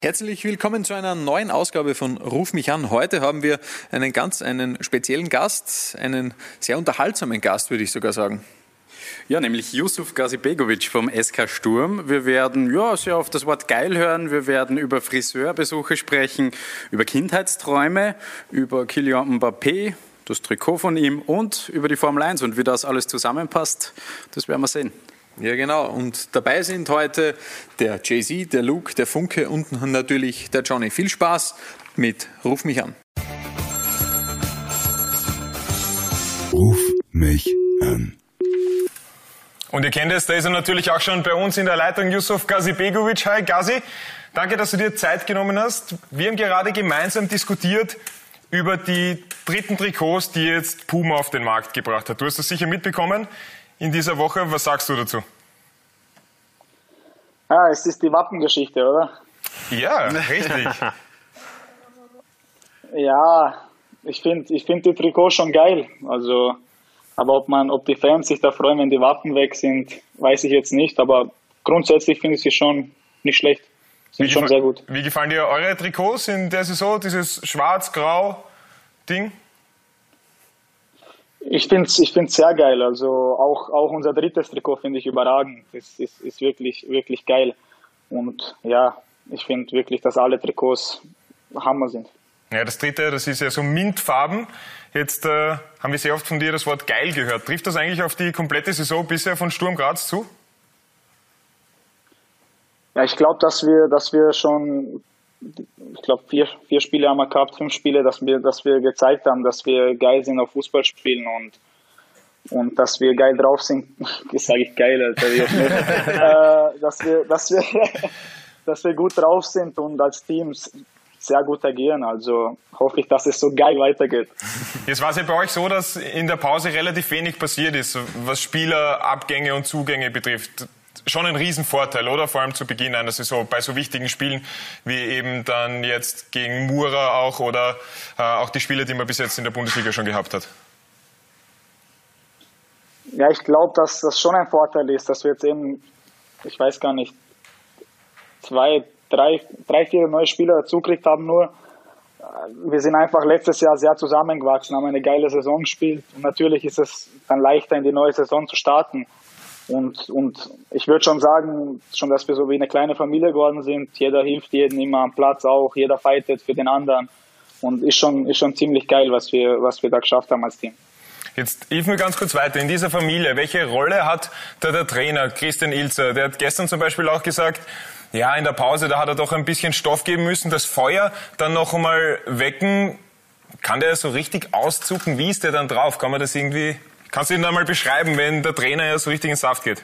Herzlich willkommen zu einer neuen Ausgabe von Ruf mich an. Heute haben wir einen speziellen Gast, einen sehr unterhaltsamen Gast, würde ich sogar sagen. Ja, nämlich Yusuf Gazibegovic vom SK Sturm. Wir werden sehr auf das Wort geil hören. Wir werden über Friseurbesuche sprechen, über Kindheitsträume, über Kylian Mbappé, das Trikot von ihm und über die Formel 1 und wie das alles zusammenpasst. Das werden wir sehen. Ja, genau. Und dabei sind heute der Jay-Z, der Luke, der Funke und natürlich der Johnny. Viel Spaß mit Ruf mich an. Ruf mich an. Und ihr kennt es, da ist er natürlich auch schon bei uns in der Leitung, Yusuf Gazibegovic. Hi Gazi, danke, dass du dir Zeit genommen hast. Wir haben gerade gemeinsam diskutiert über die dritten Trikots, die jetzt Puma auf den Markt gebracht hat. Du hast das sicher mitbekommen in dieser Woche. Was sagst du dazu? Es ist die Wappengeschichte, oder? Ja, richtig. Ja, ich finde die Trikots schon geil. Also, aber ob die Fans sich da freuen, wenn die Wappen weg sind, weiß ich jetzt nicht. Aber grundsätzlich finde ich sie schon nicht schlecht. Sind schon sehr gut. Wie gefallen dir eure Trikots in der Saison? Dieses Schwarz-Grau-Ding? Ich finde es sehr geil. Also auch unser drittes Trikot finde ich überragend. Es ist wirklich, wirklich geil. Und ja, ich finde wirklich, dass alle Trikots Hammer sind. Ja, das dritte, das ist ja so Mintfarben. Jetzt haben wir sehr oft von dir das Wort geil gehört. Trifft das eigentlich auf die komplette Saison bisher von Sturm Graz zu? Ja, ich glaube, dass wir schon, ich glaube, vier Spiele haben wir gehabt, 5 Spiele, dass wir gezeigt haben, dass wir geil sind auf Fußballspielen und dass wir geil drauf sind. Das sage ich geil, Alter. dass wir gut drauf sind und als Team sehr gut agieren. Also hoffe ich, dass es so geil weitergeht. Jetzt war es ja bei euch so, dass in der Pause relativ wenig passiert ist, was Spielerabgänge und Zugänge betrifft. Schon ein Riesenvorteil, oder? Vor allem zu Beginn einer Saison, bei so wichtigen Spielen wie eben dann jetzt gegen Mura auch oder auch die Spiele, die man bis jetzt in der Bundesliga schon gehabt hat. Ja, ich glaube, dass das schon ein Vorteil ist, dass wir jetzt eben, ich weiß gar nicht, 2, 3, 4 neue Spieler dazugekriegt haben nur. Wir sind einfach letztes Jahr sehr zusammengewachsen, haben eine geile Saison gespielt und natürlich ist es dann leichter, in die neue Saison zu starten. Und ich würde schon sagen, dass wir so wie eine kleine Familie geworden sind. Jeder hilft jedem immer am Platz auch, jeder fightet für den anderen. Und ist schon ziemlich geil, was wir da geschafft haben als Team. Jetzt hilf mir ganz kurz weiter. In dieser Familie, welche Rolle hat da der Trainer Christian Ilzer? Der hat gestern zum Beispiel auch gesagt, ja, in der Pause, da hat er doch ein bisschen Stoff geben müssen, das Feuer dann noch einmal wecken. Kann der so richtig auszucken? Wie ist der dann drauf? Kann man das irgendwie... Kannst du ihn einmal beschreiben, wenn der Trainer ja so richtig in den Saft geht?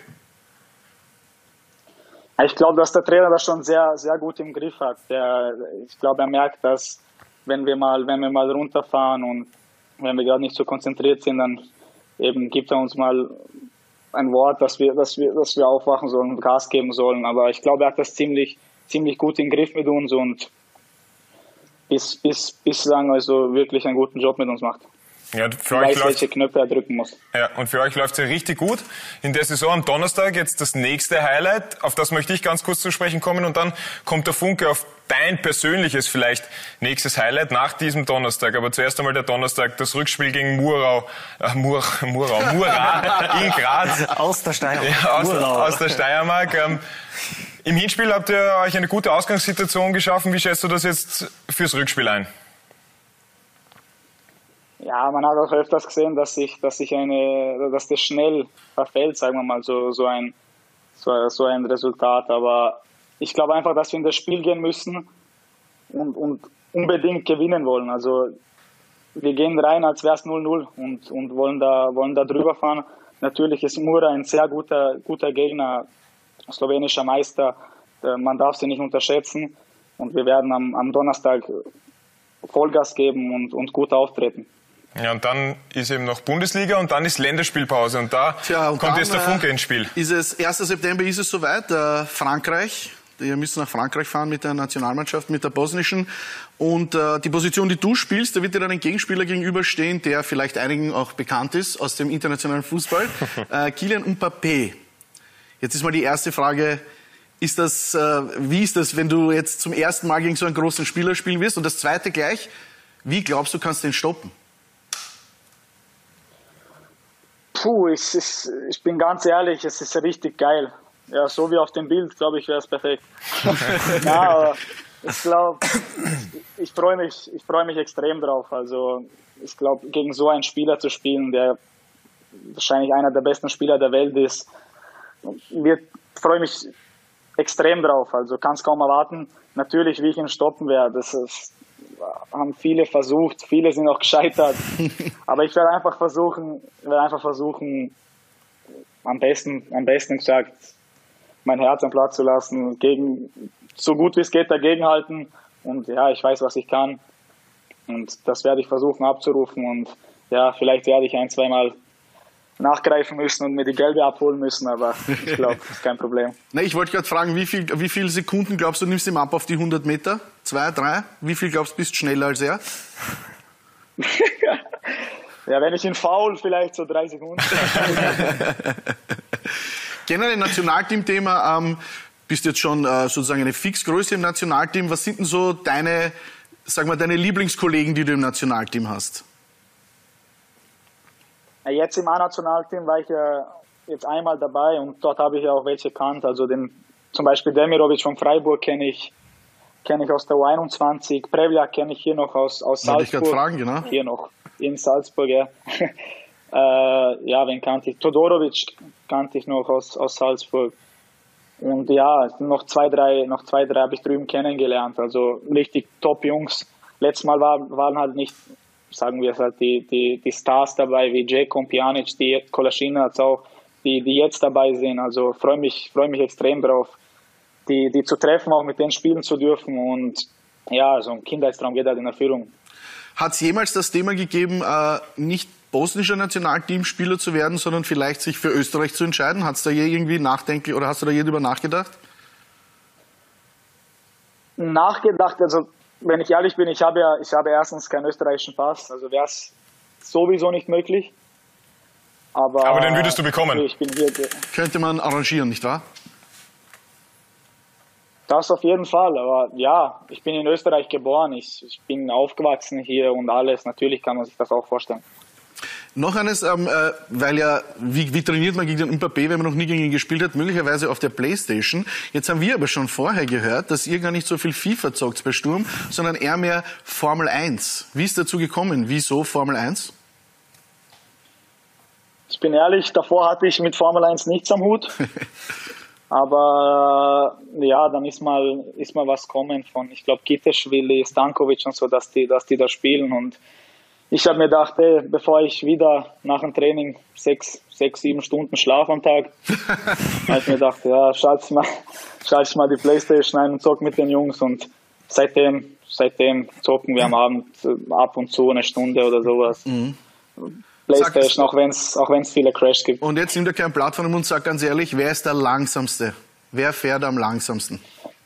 Ich glaube, dass der Trainer das schon sehr, sehr gut im Griff hat. Ich glaube, er merkt, dass wenn wir mal runterfahren und wenn wir gerade nicht so konzentriert sind, dann eben gibt er uns mal ein Wort, dass wir aufwachen sollen und Gas geben sollen. Aber ich glaube, er hat das ziemlich gut im Griff mit uns und bislang also wirklich einen guten Job mit uns macht. Ja, für euch welche Knöpfe er drücken muss. Ja, und für euch läuft es ja richtig gut. In der Saison am Donnerstag jetzt das nächste Highlight. Auf das möchte ich ganz kurz zu sprechen kommen. Und dann kommt der Funke auf dein persönliches vielleicht nächstes Highlight nach diesem Donnerstag. Aber zuerst einmal der Donnerstag, das Rückspiel gegen Mura in Graz. Aus der Steiermark. Ja, aus der Steiermark. Im Hinspiel habt ihr euch eine gute Ausgangssituation geschaffen. Wie schätzt du das jetzt fürs Rückspiel ein? Ja, man hat auch öfters gesehen, dass das schnell verfällt, sagen wir mal, so ein Resultat. Aber ich glaube einfach, dass wir in das Spiel gehen müssen und unbedingt gewinnen wollen. Also wir gehen rein, als wäre es 0-0 und wollen da drüber fahren. Natürlich ist Mura ein sehr guter Gegner, slowenischer Meister. Man darf sie nicht unterschätzen. Und wir werden am Donnerstag Vollgas geben und gut auftreten. Ja, und dann ist eben noch Bundesliga und dann ist Länderspielpause und da kommt jetzt der Funke ins Spiel. 1. September ist es soweit, Frankreich. Ihr müsst nach Frankreich fahren mit der Nationalmannschaft, mit der bosnischen. Und die Position, die du spielst, da wird dir dann ein Gegenspieler gegenüberstehen, der vielleicht einigen auch bekannt ist aus dem internationalen Fußball. Kylian Mbappé. Jetzt ist mal die erste Frage, wie ist das, wenn du jetzt zum ersten Mal gegen so einen großen Spieler spielen wirst? Und das zweite gleich, wie glaubst du, kannst du den stoppen? Puh, ich bin ganz ehrlich, es ist richtig geil. Ja, so wie auf dem Bild, glaube ich, wäre es perfekt. Ja, aber ich glaube, ich freue mich extrem drauf. Also ich glaube, gegen so einen Spieler zu spielen, der wahrscheinlich einer der besten Spieler der Welt ist, freue mich extrem drauf. Also kann es kaum erwarten. Natürlich, wie ich ihn stoppen werde. Das haben viele versucht, viele sind auch gescheitert. Aber ich werde einfach versuchen, am besten gesagt, mein Herz am Platz zu lassen, so gut wie es geht dagegenhalten. Und ja, ich weiß, was ich kann. Und das werde ich versuchen abzurufen. Und ja, vielleicht werde ich 1-2 Mal nachgreifen müssen und mir die Gelbe abholen müssen, aber ich glaube, das ist kein Problem. Na, ich wollte gerade fragen, wie viele Sekunden glaubst du, nimmst du ihm ab auf die 100 Meter? 2, 3? Wie viel glaubst du, bist schneller als er? Ja, wenn ich ihn foul, vielleicht so 3 Sekunden. Generell Nationalteam-Thema, bist jetzt schon sozusagen eine Fixgröße im Nationalteam. Was sind denn so deine Lieblingskollegen, die du im Nationalteam hast? Jetzt im A-Nationalteam war ich ja jetzt einmal dabei und dort habe ich ja auch welche gekannt. Also zum Beispiel Demirovic von Freiburg kenne ich aus der U21. Prevljak kenne ich hier noch aus Salzburg. Wollte ich gerade fragen, genau. Hier noch in Salzburg, ja. Ja, wen kannte ich? Todorovic kannte ich noch aus Salzburg. Und ja, noch zwei, drei habe ich drüben kennengelernt. Also richtig Top-Jungs. Letztes Mal waren halt nicht, sagen wir es halt, die Stars dabei, wie Jeko, Pjanic, die Kolasinac auch, die jetzt dabei sind. Also freue mich extrem drauf, die zu treffen, auch mit denen spielen zu dürfen. Und ja, so ein Kindheitstraum geht halt in Erfüllung. Hat es jemals das Thema gegeben, nicht bosnischer Nationalteamspieler zu werden, sondern vielleicht sich für Österreich zu entscheiden? Hat es da je irgendwie nachdenklich oder hast du da je drüber nachgedacht? Nachgedacht, also wenn ich ehrlich bin, ich habe erstens keinen österreichischen Pass, also wäre es sowieso nicht möglich. Aber den würdest du bekommen? Ich bin hier. Könnte man arrangieren, nicht wahr? Das auf jeden Fall, aber ja, ich bin in Österreich geboren, ich bin aufgewachsen hier und alles, natürlich kann man sich das auch vorstellen. Noch eines, weil ja, wie trainiert man gegen den Mbappé, wenn man noch nie gegen ihn gespielt hat, möglicherweise auf der Playstation. Jetzt haben wir aber schon vorher gehört, dass ihr gar nicht so viel FIFA zockt bei Sturm, sondern eher mehr Formel 1. Wie ist dazu gekommen? Wieso Formel 1? Ich bin ehrlich, davor hatte ich mit Formel 1 nichts am Hut. Aber ja, dann ist mal was kommen von, ich glaube, Giteschwili, Stankovic und so, dass die da spielen. Und ich habe mir gedacht, bevor ich wieder nach dem Training 6, 7 Stunden schlafe am Tag, habe ich mir gedacht, ja, schalte ich mal die Playstation ein und zock mit den Jungs. Und seitdem zocken wir am Abend ab und zu eine Stunde oder sowas. Mhm. Playstation, auch wenn's viele Crashs gibt. Und jetzt nimmt er kein Blatt von dem Mund und sagt ganz ehrlich, wer ist der Langsamste? Wer fährt am langsamsten?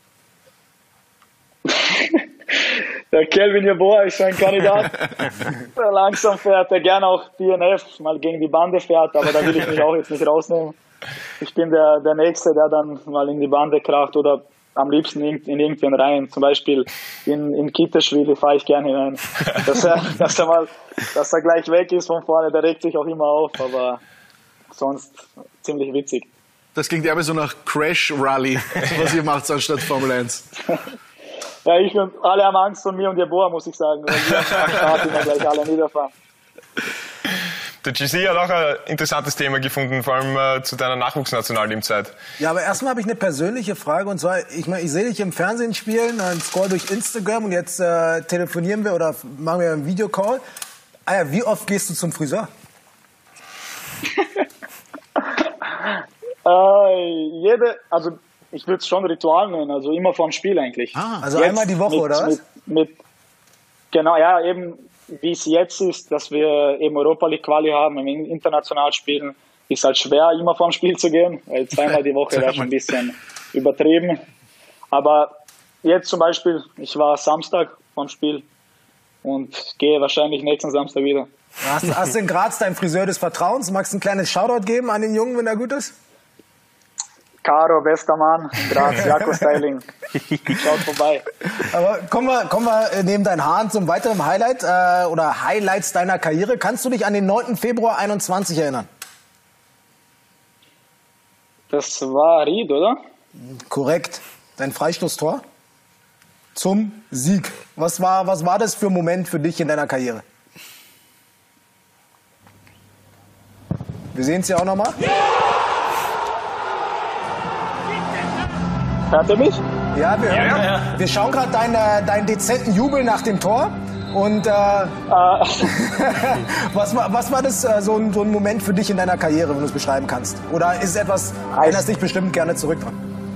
Der Kelvin Jeboa ist ein Kandidat, der langsam fährt, der gerne auch DNF mal gegen die Bande fährt, aber da will ich mich auch jetzt nicht rausnehmen. Ich bin der Nächste, der dann mal in die Bande kracht oder am liebsten in irgendwen rein. Zum Beispiel in Kiteschwili fahre ich gerne hinein. Dass er gleich weg ist von vorne, der regt sich auch immer auf, aber sonst ziemlich witzig. Das klingt eher so nach Crash Rally, was ihr macht anstatt Formel 1. Ja, alle haben Angst vor mir und Jeboa, muss ich sagen, weil wir am Start immer gleich alle niederfahren. Der GC hat auch ein interessantes Thema gefunden, vor allem zu deiner Nachwuchsnationalteamzeit. Ja, aber erstmal habe ich eine persönliche Frage. Und zwar, ich sehe dich im Fernsehen spielen, dann scroll durch Instagram und jetzt telefonieren wir oder machen wir einen Videocall. Wie oft gehst du zum Friseur? Also ich würde es schon Ritual nennen, also immer vorm Spiel eigentlich. Also jetzt einmal die Woche, oder was? Genau, ja, eben wie es jetzt ist, dass wir eben Europa League Quali haben, im international spielen, ist halt schwer, immer vorm Spiel zu gehen, weil zweimal die Woche wäre schon ein bisschen übertrieben. Aber jetzt zum Beispiel, ich war Samstag vorm Spiel und gehe wahrscheinlich nächsten Samstag wieder. Hast du in Graz deinen Friseur des Vertrauens? Magst du ein kleines Shoutout geben an den Jungen, wenn er gut ist? Caro, bester Mann, Graz, Jako Styling. Schaut vorbei. Aber kommen wir neben deinen Haaren zum weiteren Highlight oder Highlights deiner Karriere. Kannst du dich an den 9. Februar 21 erinnern? Das war Ried, oder? Korrekt. Dein Freistoßtor zum Sieg. Was war das für ein Moment für dich in deiner Karriere? Wir sehen es ja auch nochmal. Hört ihr mich? Ja, wir hören. Ja. Wir schauen gerade deinen dezenten Jubel nach dem Tor. Und was war das so ein Moment für dich in deiner Karriere, wenn du es beschreiben kannst? Oder ist es etwas, erinnerst dich bestimmt gerne zurück dran?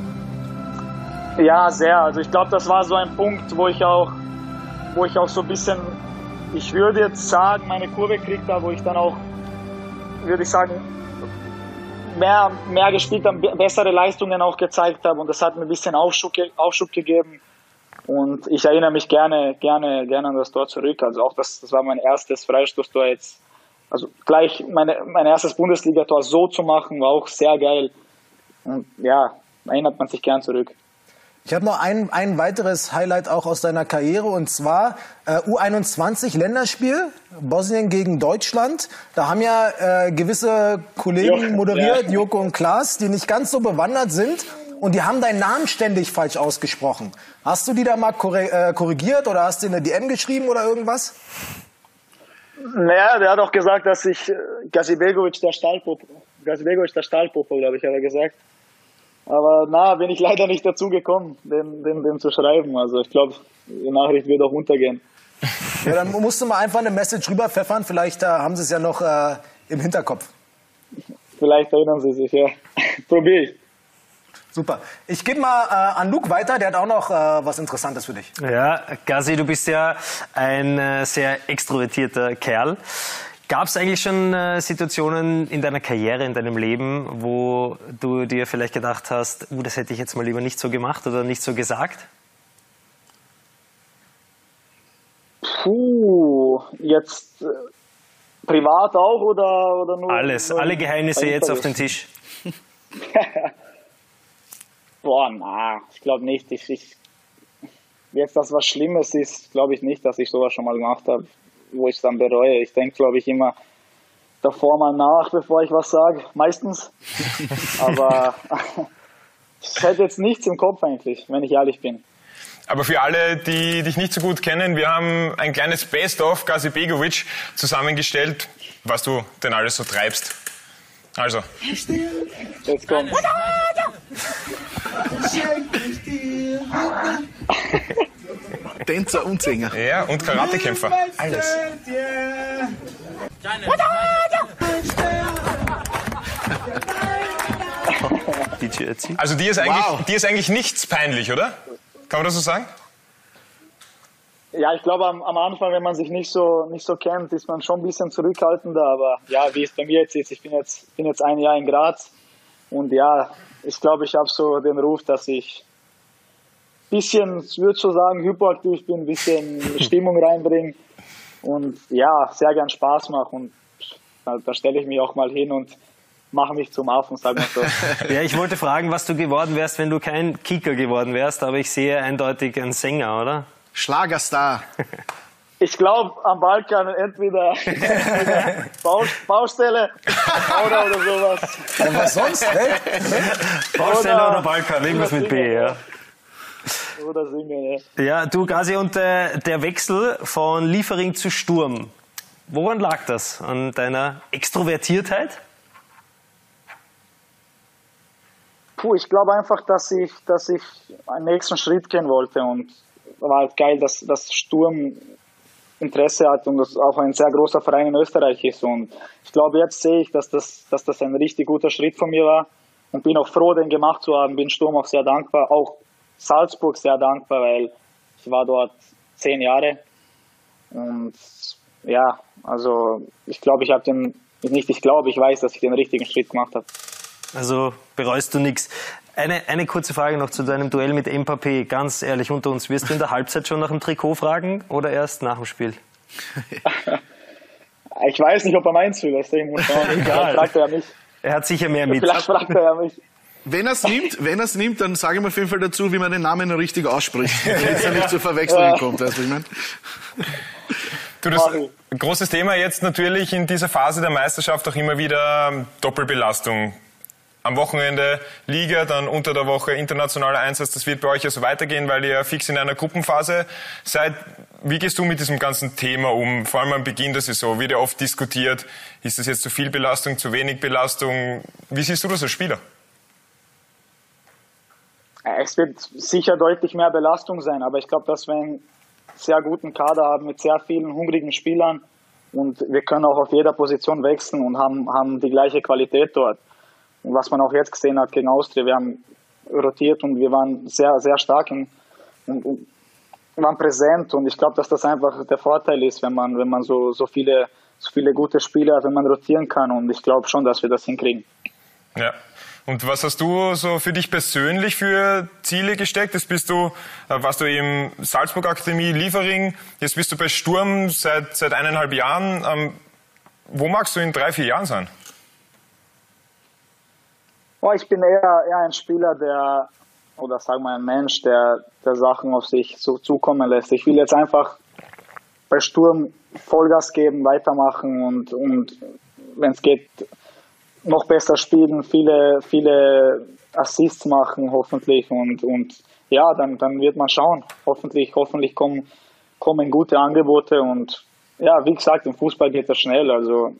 Ja, sehr. Also ich glaube, das war so ein Punkt, wo ich auch so ein bisschen, ich würde jetzt sagen, meine Kurve gekriegt habe, wo ich dann auch, würde ich sagen, mehr gespielt habe, bessere Leistungen auch gezeigt habe und das hat mir ein bisschen Aufschub gegeben. Und ich erinnere mich gerne an das Tor zurück. Also auch das war mein erstes Freistoßtor jetzt. Also gleich mein erstes Bundesligator so zu machen, war auch sehr geil. Und ja, erinnert man sich gern zurück. Ich habe noch ein weiteres Highlight auch aus deiner Karriere und zwar U21 Länderspiel, Bosnien gegen Deutschland. Da haben ja gewisse Kollegen moderiert, Joko und Klaas, die nicht ganz so bewandert sind. Und die haben deinen Namen ständig falsch ausgesprochen. Hast du die da mal korrigiert oder hast du in eine DM geschrieben oder irgendwas? Naja, der hat auch gesagt, dass ich Gazibegovic der Stahlpopo, glaube ich, hat er gesagt. Aber bin ich leider nicht dazu gekommen, den zu schreiben. Also ich glaube, die Nachricht wird auch untergehen. Ja, dann musst du mal einfach eine Message rüberpfeffern. Vielleicht haben sie es ja noch im Hinterkopf. Vielleicht erinnern sie sich, ja. Probier ich. Super. Ich gebe mal an Luke weiter, der hat auch noch was Interessantes für dich. Ja, Gazi, du bist ja ein sehr extrovertierter Kerl. Gab es eigentlich schon Situationen in deiner Karriere, in deinem Leben, wo du dir vielleicht gedacht hast, das hätte ich jetzt mal lieber nicht so gemacht oder nicht so gesagt? Jetzt privat auch oder nur? Alles, alle Geheimnisse jetzt auf den Tisch. Ich glaube nicht. Jetzt, dass was Schlimmes ist, glaube ich nicht, dass ich sowas schon mal gemacht habe, wo ich es dann bereue. Ich denke, glaube ich, immer davor mal nach, bevor ich was sage. Meistens. Aber ich hätte jetzt nichts im Kopf eigentlich, wenn ich ehrlich bin. Aber für alle, die dich nicht so gut kennen, wir haben ein kleines Best-of Gazi Begovic zusammengestellt, was du denn alles so treibst. Also. Jetzt kommt. Tänzer und Sänger. Ja, und Karatekämpfer. Alles. Also dir ist eigentlich nichts peinlich, oder? Kann man das so sagen? Ja, ich glaube am Anfang, wenn man sich nicht so kennt, ist man schon ein bisschen zurückhaltender. Aber ja, wie es bei mir jetzt ist, ich bin jetzt ein Jahr in Graz und ja, ich glaube, ich habe so den Ruf, dass ich ein bisschen, ich würde so sagen, hyperaktiv bin, ein bisschen Stimmung reinbringe und ja, sehr gern Spaß mache und da stelle ich mich auch mal hin und mache mich zum Affen, sagen wir so. Ja, ich wollte fragen, was du geworden wärst, wenn du kein Kicker geworden wärst, aber ich sehe eindeutig einen Sänger, oder? Schlagerstar. Ich glaube, am Balkan entweder Baustelle oder sowas. Ja, was sonst? Baustelle oder Balkan, irgendwas mit B, ja. Oder singen, ja. Ja, du Gazi, und der Wechsel von Liefering zu Sturm, woran lag das? An deiner Extrovertiertheit? Ich glaube einfach, dass ich einen nächsten Schritt gehen wollte und war halt geil, dass Sturm Interesse hat und das auch ein sehr großer Verein in Österreich ist. Und ich glaube, jetzt sehe ich, dass das ein richtig guter Schritt von mir war und bin auch froh, den gemacht zu haben. Bin Sturm auch sehr dankbar, auch Salzburg sehr dankbar, weil ich war dort 10 Jahre. Und ja, also ich weiß, dass ich den richtigen Schritt gemacht habe. Also bereust du nichts. Eine kurze Frage noch zu deinem Duell mit Mbappé. Ganz ehrlich unter uns, wirst du in der Halbzeit schon nach dem Trikot fragen oder erst nach dem Spiel? Ich weiß nicht, ob er meins will. Deswegen muss man Egal. Vielleicht fragt er mich. Er hat sicher mehr mit. Vielleicht fragt er mich. Wenn er es nimmt, dann sage ich mir auf jeden Fall dazu, wie man den Namen richtig ausspricht, damit es nicht zu Verwechslungen kommt. Weißt du, was ich meine? Du, das großes Thema jetzt natürlich in dieser Phase der Meisterschaft auch immer wieder Doppelbelastung. Am Wochenende Liga, dann unter der Woche internationaler Einsatz. Das wird bei euch ja so weitergehen, weil ihr ja fix in einer Gruppenphase seid. Wie gehst du mit diesem ganzen Thema um? Vor allem am Beginn der Saison wird ja oft diskutiert, ist das jetzt zu viel Belastung, zu wenig Belastung? Wie siehst du das als Spieler? Es wird sicher deutlich mehr Belastung sein, aber ich glaube, dass wir einen sehr guten Kader haben mit sehr vielen hungrigen Spielern und wir können auch auf jeder Position wechseln und haben die gleiche Qualität dort. Und was man auch jetzt gesehen hat gegen Austria, wir haben rotiert und wir waren sehr, sehr stark und waren präsent. Und ich glaube, dass das einfach der Vorteil ist, wenn man so viele gute Spieler hat, wenn man rotieren kann. Und ich glaube schon, dass wir das hinkriegen. Ja. Und was hast du so für dich persönlich für Ziele gesteckt? Jetzt warst du im Salzburg Akademie Liefering, jetzt bist du bei Sturm seit 1,5 Jahren. Wo magst du in 3-4 Jahren sein? Ich bin eher ein Spieler, oder sagen wir ein Mensch, der Sachen auf sich so zukommen lässt. Ich will jetzt einfach bei Sturm Vollgas geben, weitermachen und wenn es geht, noch besser spielen, viele Assists machen, hoffentlich. Und ja, dann wird man schauen. Hoffentlich kommen gute Angebote. Und ja, wie gesagt, im Fußball geht das schnell. Also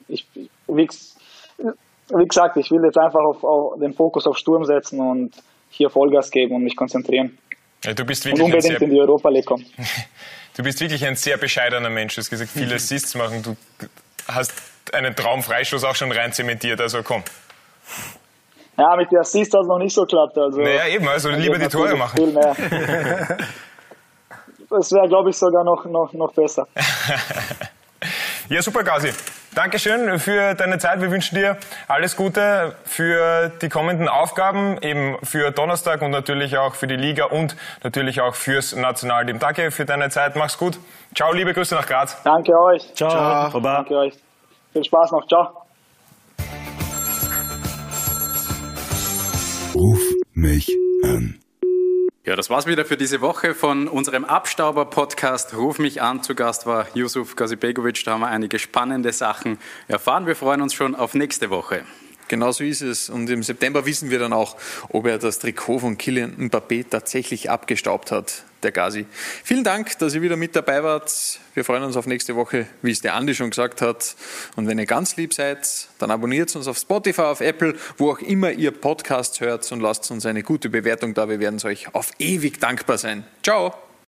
wie gesagt, ich will jetzt einfach auf den Fokus auf Sturm setzen und hier Vollgas geben und mich konzentrieren. Ja, du bist wirklich und unbedingt in die Europa League kommen. Du bist wirklich ein sehr bescheidener Mensch. Du hast gesagt, viele Assists machen. Du hast einen Traumfreistoß auch schon rein zementiert, also komm. Ja, mit den Assists hat es noch nicht so geklappt. Also, naja, eben, also lieber die Tore machen. Das wäre, glaube ich, sogar noch besser. Ja, super, Gazi. Dankeschön für deine Zeit. Wir wünschen dir alles Gute für die kommenden Aufgaben, eben für Donnerstag und natürlich auch für die Liga und natürlich auch fürs Nationalteam. Danke für deine Zeit. Mach's gut. Ciao, liebe Grüße nach Graz. Danke euch. Ciao. Ciao. Danke euch. Viel Spaß noch. Ciao. Ruf mich an. Ja, das war's wieder für diese Woche von unserem Abstauber-Podcast Ruf mich an. Zu Gast war Yusuf Gazibegovic. Da haben wir einige spannende Sachen erfahren. Wir freuen uns schon auf nächste Woche. Genau so ist es. Und im September wissen wir dann auch, ob er das Trikot von Kylian Mbappé tatsächlich abgestaubt hat, der Gazi. Vielen Dank, dass ihr wieder mit dabei wart. Wir freuen uns auf nächste Woche, wie es der Andi schon gesagt hat. Und wenn ihr ganz lieb seid, dann abonniert uns auf Spotify, auf Apple, wo auch immer ihr Podcasts hört und lasst uns eine gute Bewertung da. Wir werden euch auf ewig dankbar sein. Ciao!